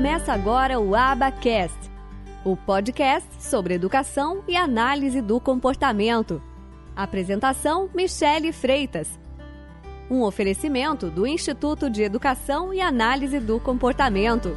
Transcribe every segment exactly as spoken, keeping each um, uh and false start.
Começa agora o AbaCast, o podcast sobre educação e análise do comportamento. Apresentação: Michele Freitas. Um oferecimento do Instituto de Educação e Análise do Comportamento.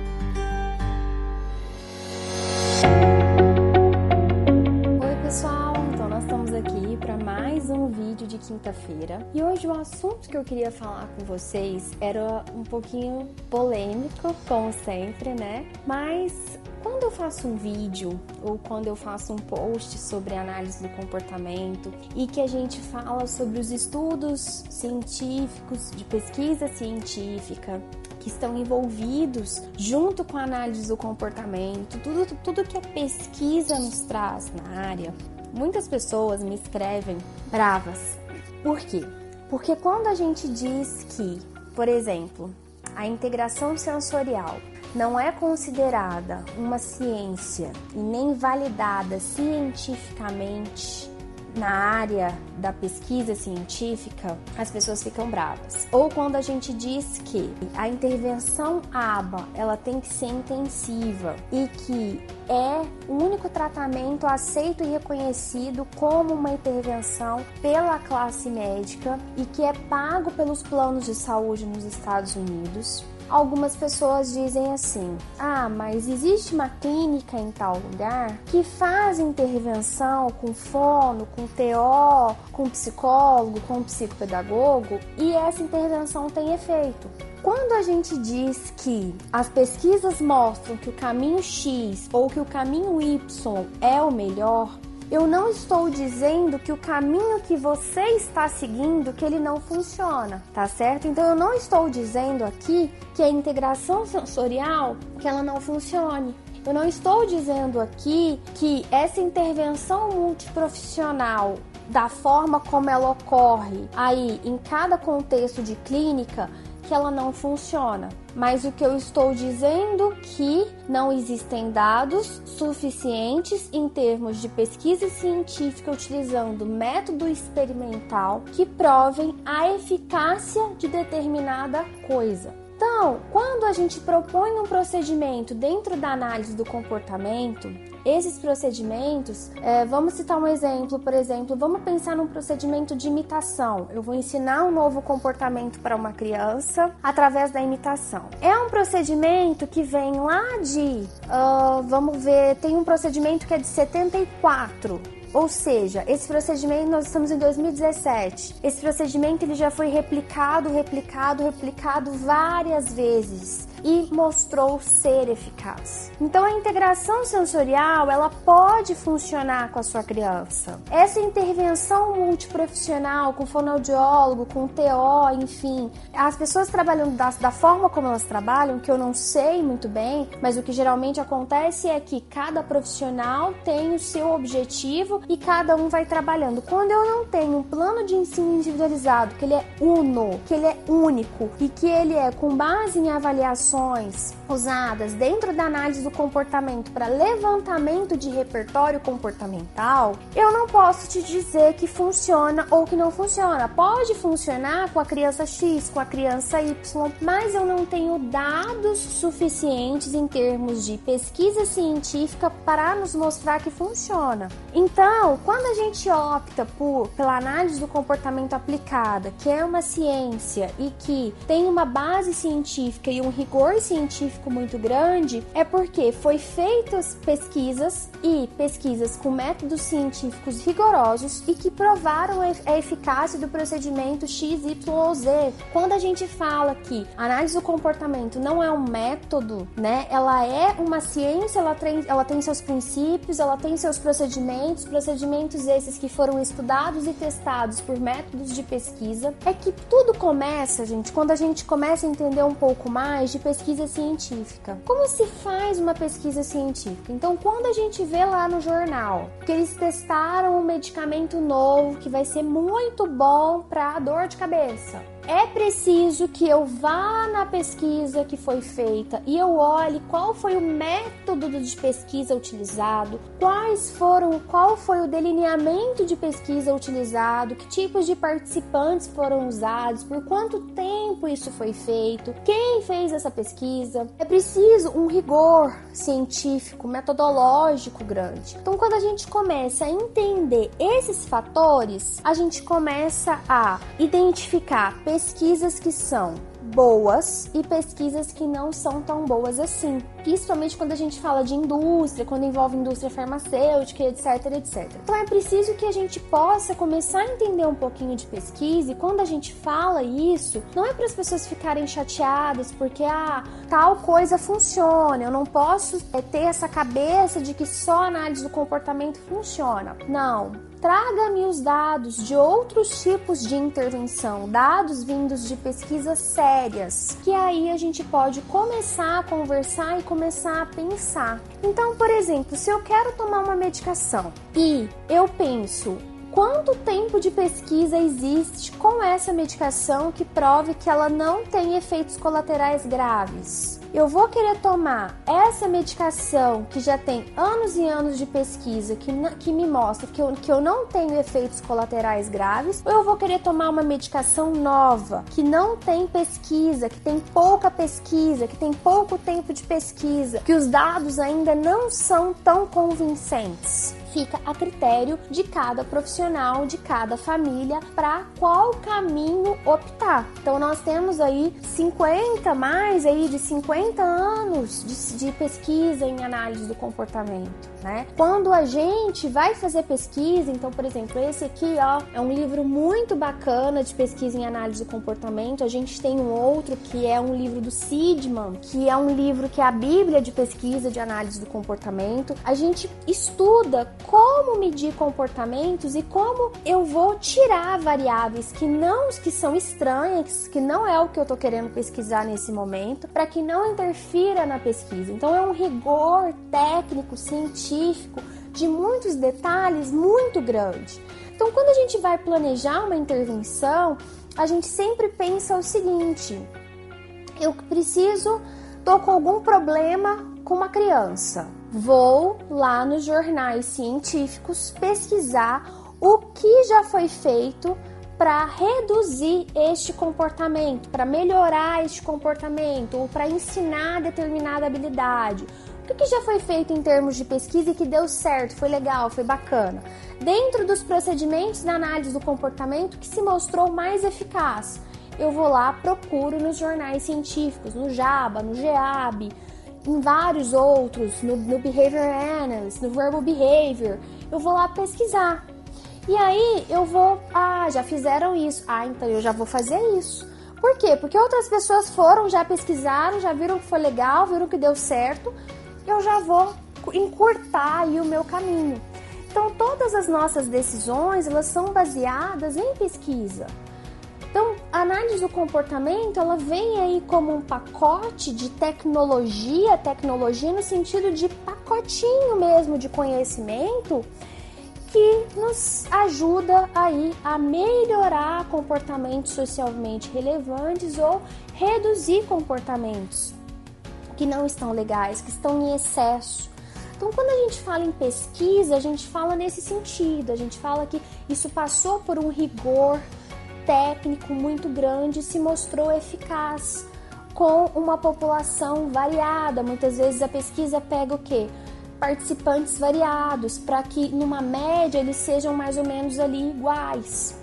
Oi pessoal, então nós estamos aqui para mais um vídeo de quinta-feira. E hoje o assunto que eu queria falar com vocês era um pouquinho polêmico, como sempre, né? Mas quando eu faço um vídeo ou quando eu faço um post sobre análise do comportamento e que a gente fala sobre os estudos científicos, de pesquisa científica, que estão envolvidos junto com a análise do comportamento, tudo, tudo que a pesquisa nos traz na área, muitas pessoas me escrevem bravas. Por quê? Porque quando a gente diz que, por exemplo, a integração sensorial não é considerada uma ciência e nem validada cientificamente na área da pesquisa científica, as pessoas ficam bravas. Ou quando a gente diz que a intervenção A B A ela tem que ser intensiva e que é o único tratamento aceito e reconhecido como uma intervenção pela classe médica e que é pago pelos planos de saúde nos Estados Unidos. Algumas pessoas dizem assim: ah, mas existe uma clínica em tal lugar que faz intervenção com fono, com T O, com psicólogo, com psicopedagogo e essa intervenção tem efeito. Quando a gente diz que as pesquisas mostram que o caminho X ou que o caminho Y é o melhor, eu não estou dizendo que o caminho que você está seguindo, que ele não funciona, tá certo? Então eu não estou dizendo aqui que a integração sensorial, que ela não funcione. Eu não estou dizendo aqui que essa intervenção multiprofissional, da forma como ela ocorre aí em cada contexto de clínica, que ela não funciona. Mas o que eu estou dizendo é que não existem dados suficientes em termos de pesquisa científica utilizando método experimental que provem a eficácia de determinada coisa. Então, quando a gente propõe um procedimento dentro da análise do comportamento, esses procedimentos, é, vamos citar um exemplo, por exemplo, vamos pensar num procedimento de imitação. Eu vou ensinar um novo comportamento para uma criança através da imitação. É um procedimento que vem lá de, uh, vamos ver, tem um procedimento que é de setenta e quatro. Ou seja, esse procedimento, nós estamos em dois mil e dezessete, esse procedimento ele já foi replicado, replicado, replicado várias vezes e mostrou ser eficaz. Então a integração sensorial, ela pode funcionar com a sua criança. Essa intervenção multiprofissional com fonoaudiólogo, com T O, enfim, as pessoas trabalhando da, da forma como elas trabalham, que eu não sei muito bem, mas o que geralmente acontece é que cada profissional tem o seu objetivo e cada um vai trabalhando. Quando eu não tenho um plano de ensino individualizado, que ele é uno, que ele é único e que ele é com base em avaliações usadas dentro da análise do comportamento para levantamento de repertório comportamental, eu não posso te dizer que funciona ou que não funciona. Pode funcionar com a criança X, com a criança Y, mas eu não tenho dados suficientes em termos de pesquisa científica para nos mostrar que funciona. Então, quando a gente opta por, pela análise do comportamento aplicada, que é uma ciência e que tem uma base científica e um rigor científico muito grande, é porque foi feitas pesquisas e pesquisas com métodos científicos rigorosos e que provaram a eficácia do procedimento X, Y ou Z. Quando a gente fala que a análise do comportamento não é um método, né? Ela é uma ciência, ela tem, ela tem seus princípios, ela tem seus procedimentos, procedimentos esses que foram estudados e testados por métodos de pesquisa. É que tudo começa, gente, quando a gente começa a entender um pouco mais de pesquisa científica. Como se faz uma pesquisa científica? Então, quando a gente vê lá no jornal que eles testaram um medicamento novo que vai ser muito bom para dor de cabeça, é preciso que eu vá na pesquisa que foi feita e eu olhe qual foi o método de pesquisa utilizado, quais foram, qual foi o delineamento de pesquisa utilizado, que tipos de participantes foram usados, por quanto tempo tempo isso foi feito, quem fez essa pesquisa. É preciso um rigor científico, metodológico grande. Então, quando a gente começa a entender esses fatores, a gente começa a identificar pesquisas que são boas e pesquisas que não são tão boas assim, principalmente quando a gente fala de indústria, quando envolve indústria farmacêutica, etc, etcétera. Então é preciso que a gente possa começar a entender um pouquinho de pesquisa, e quando a gente fala isso, não é para as pessoas ficarem chateadas porque ah, tal coisa funciona, eu não posso é, ter essa cabeça de que só a análise do comportamento funciona. Não. Traga-me os dados de outros tipos de intervenção, dados vindos de pesquisas sérias, que aí a gente pode começar a conversar e começar a pensar. Então, por exemplo, se eu quero tomar uma medicação e eu penso, quanto tempo de pesquisa existe com essa medicação que prove que ela não tem efeitos colaterais graves? Eu vou querer tomar essa medicação que já tem anos e anos de pesquisa que, que me mostra que eu, que eu não tenho efeitos colaterais graves, ou eu vou querer tomar uma medicação nova que não tem pesquisa, que tem pouca pesquisa, que tem pouco tempo de pesquisa, que os dados ainda não são tão convincentes? Fica a critério de cada profissional, de cada família, para qual caminho optar. Então nós temos aí cinquenta, mais aí de cinquenta anos de, de pesquisa em análise do comportamento, né? Quando a gente vai fazer pesquisa, então, por exemplo, esse aqui, ó, é um livro muito bacana de pesquisa em análise do comportamento. A gente tem um outro que é um livro do Seidman, que é um livro que é a Bíblia de pesquisa de análise do comportamento. A gente estuda como medir comportamentos e como eu vou tirar variáveis que não, que são estranhas, que não é o que eu tô querendo pesquisar nesse momento, para que não interfira na pesquisa. Então é um rigor técnico, científico, de muitos detalhes muito grande. Então, quando a gente vai planejar uma intervenção, a gente sempre pensa o seguinte: eu preciso, tô com algum problema com uma criança. Vou lá nos jornais científicos pesquisar o que já foi feito para reduzir este comportamento, para melhorar este comportamento ou para ensinar determinada habilidade. O que já foi feito em termos de pesquisa e que deu certo, foi legal, foi bacana. Dentro dos procedimentos da análise do comportamento que se mostrou mais eficaz, eu vou lá, procuro nos jornais científicos, no JABA, no GEAB, em vários outros, no, no Behavior Analysis, no Verbal Behavior, eu vou lá pesquisar. E aí eu vou, ah, já fizeram isso, ah, então eu já vou fazer isso. Por quê? Porque outras pessoas foram, já pesquisaram, já viram que foi legal, viram que deu certo, eu já vou encurtar aí o meu caminho. Então todas as nossas decisões, elas são baseadas em pesquisa. Então, a análise do comportamento, ela vem aí como um pacote de tecnologia, tecnologia no sentido de pacotinho mesmo de conhecimento, que nos ajuda aí a melhorar comportamentos socialmente relevantes ou reduzir comportamentos que não estão legais, que estão em excesso. Então, quando a gente fala em pesquisa, a gente fala nesse sentido, a gente fala que isso passou por um rigor técnico muito grande e se mostrou eficaz com uma população variada. Muitas vezes a pesquisa pega o quê? Participantes variados, para que numa média eles sejam mais ou menos ali iguais.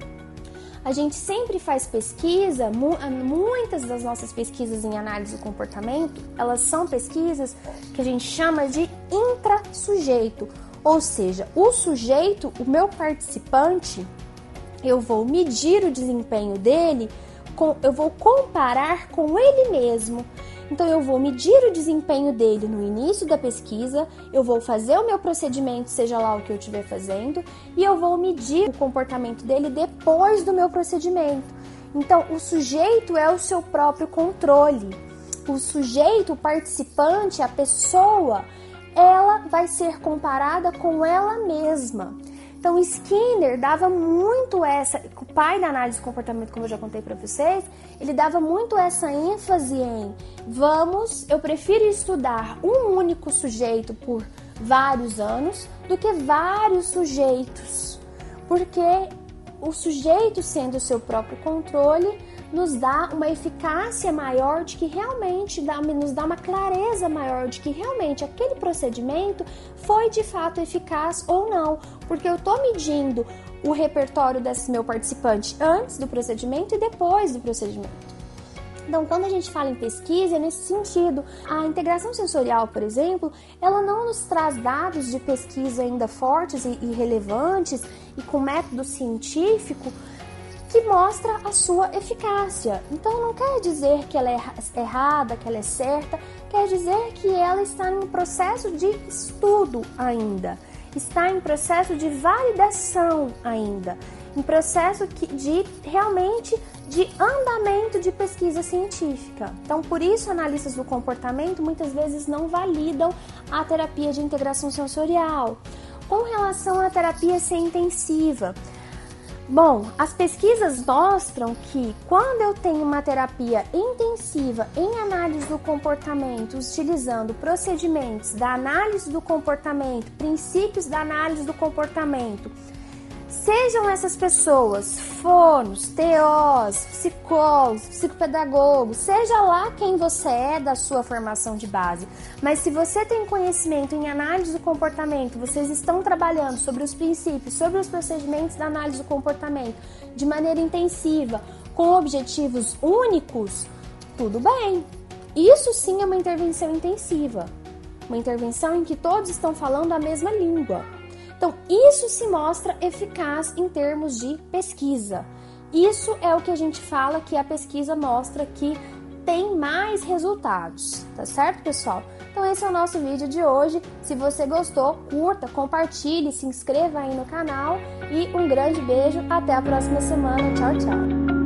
A gente sempre faz pesquisa, muitas das nossas pesquisas em análise do comportamento, elas são pesquisas que a gente chama de intrasujeito, ou seja, o sujeito, o meu participante, eu vou medir o desempenho dele, com, eu vou comparar com ele mesmo. Então eu vou medir o desempenho dele no início da pesquisa, eu vou fazer o meu procedimento, seja lá o que eu estiver fazendo, e eu vou medir o comportamento dele depois do meu procedimento. Então o sujeito é o seu próprio controle. O sujeito, o participante, a pessoa, ela vai ser comparada com ela mesma. Então, Skinner dava muito essa, o pai da análise de comportamento, como eu já contei para vocês, ele dava muito essa ênfase em, vamos, eu prefiro estudar um único sujeito por vários anos do que vários sujeitos, porque o sujeito, sendo o seu próprio controle, nos dá uma eficácia maior, de que realmente dá, nos dá uma clareza maior de que realmente aquele procedimento foi de fato eficaz ou não, porque eu estou medindo o repertório desse meu participante antes do procedimento e depois do procedimento. Então, quando a gente fala em pesquisa, é nesse sentido. A integração sensorial, por exemplo, ela não nos traz dados de pesquisa ainda fortes e, e relevantes e com método científico que mostra a sua eficácia. Então, não quer dizer que ela é errada, que ela é certa, quer dizer que ela está em processo de estudo ainda, está em processo de validação ainda, em processo de realmente de andamento de pesquisa científica. Então, por isso, analistas do comportamento muitas vezes não validam a terapia de integração sensorial. Com relação à terapia ser intensiva, bom, as pesquisas mostram que quando eu tenho uma terapia intensiva em análise do comportamento, utilizando procedimentos da análise do comportamento, princípios da análise do comportamento, sejam essas pessoas fonos, T Os, psicólogos, psicopedagogos, seja lá quem você é da sua formação de base, mas se você tem conhecimento em análise do comportamento, vocês estão trabalhando sobre os princípios, sobre os procedimentos da análise do comportamento de maneira intensiva, com objetivos únicos, tudo bem. Isso sim é uma intervenção intensiva, uma intervenção em que todos estão falando a mesma língua. Então, isso se mostra eficaz em termos de pesquisa. Isso é o que a gente fala que a pesquisa mostra que tem mais resultados, tá certo, pessoal? Então, esse é o nosso vídeo de hoje. Se você gostou, curta, compartilhe, se inscreva aí no canal e um grande beijo. Até a próxima semana. Tchau, tchau!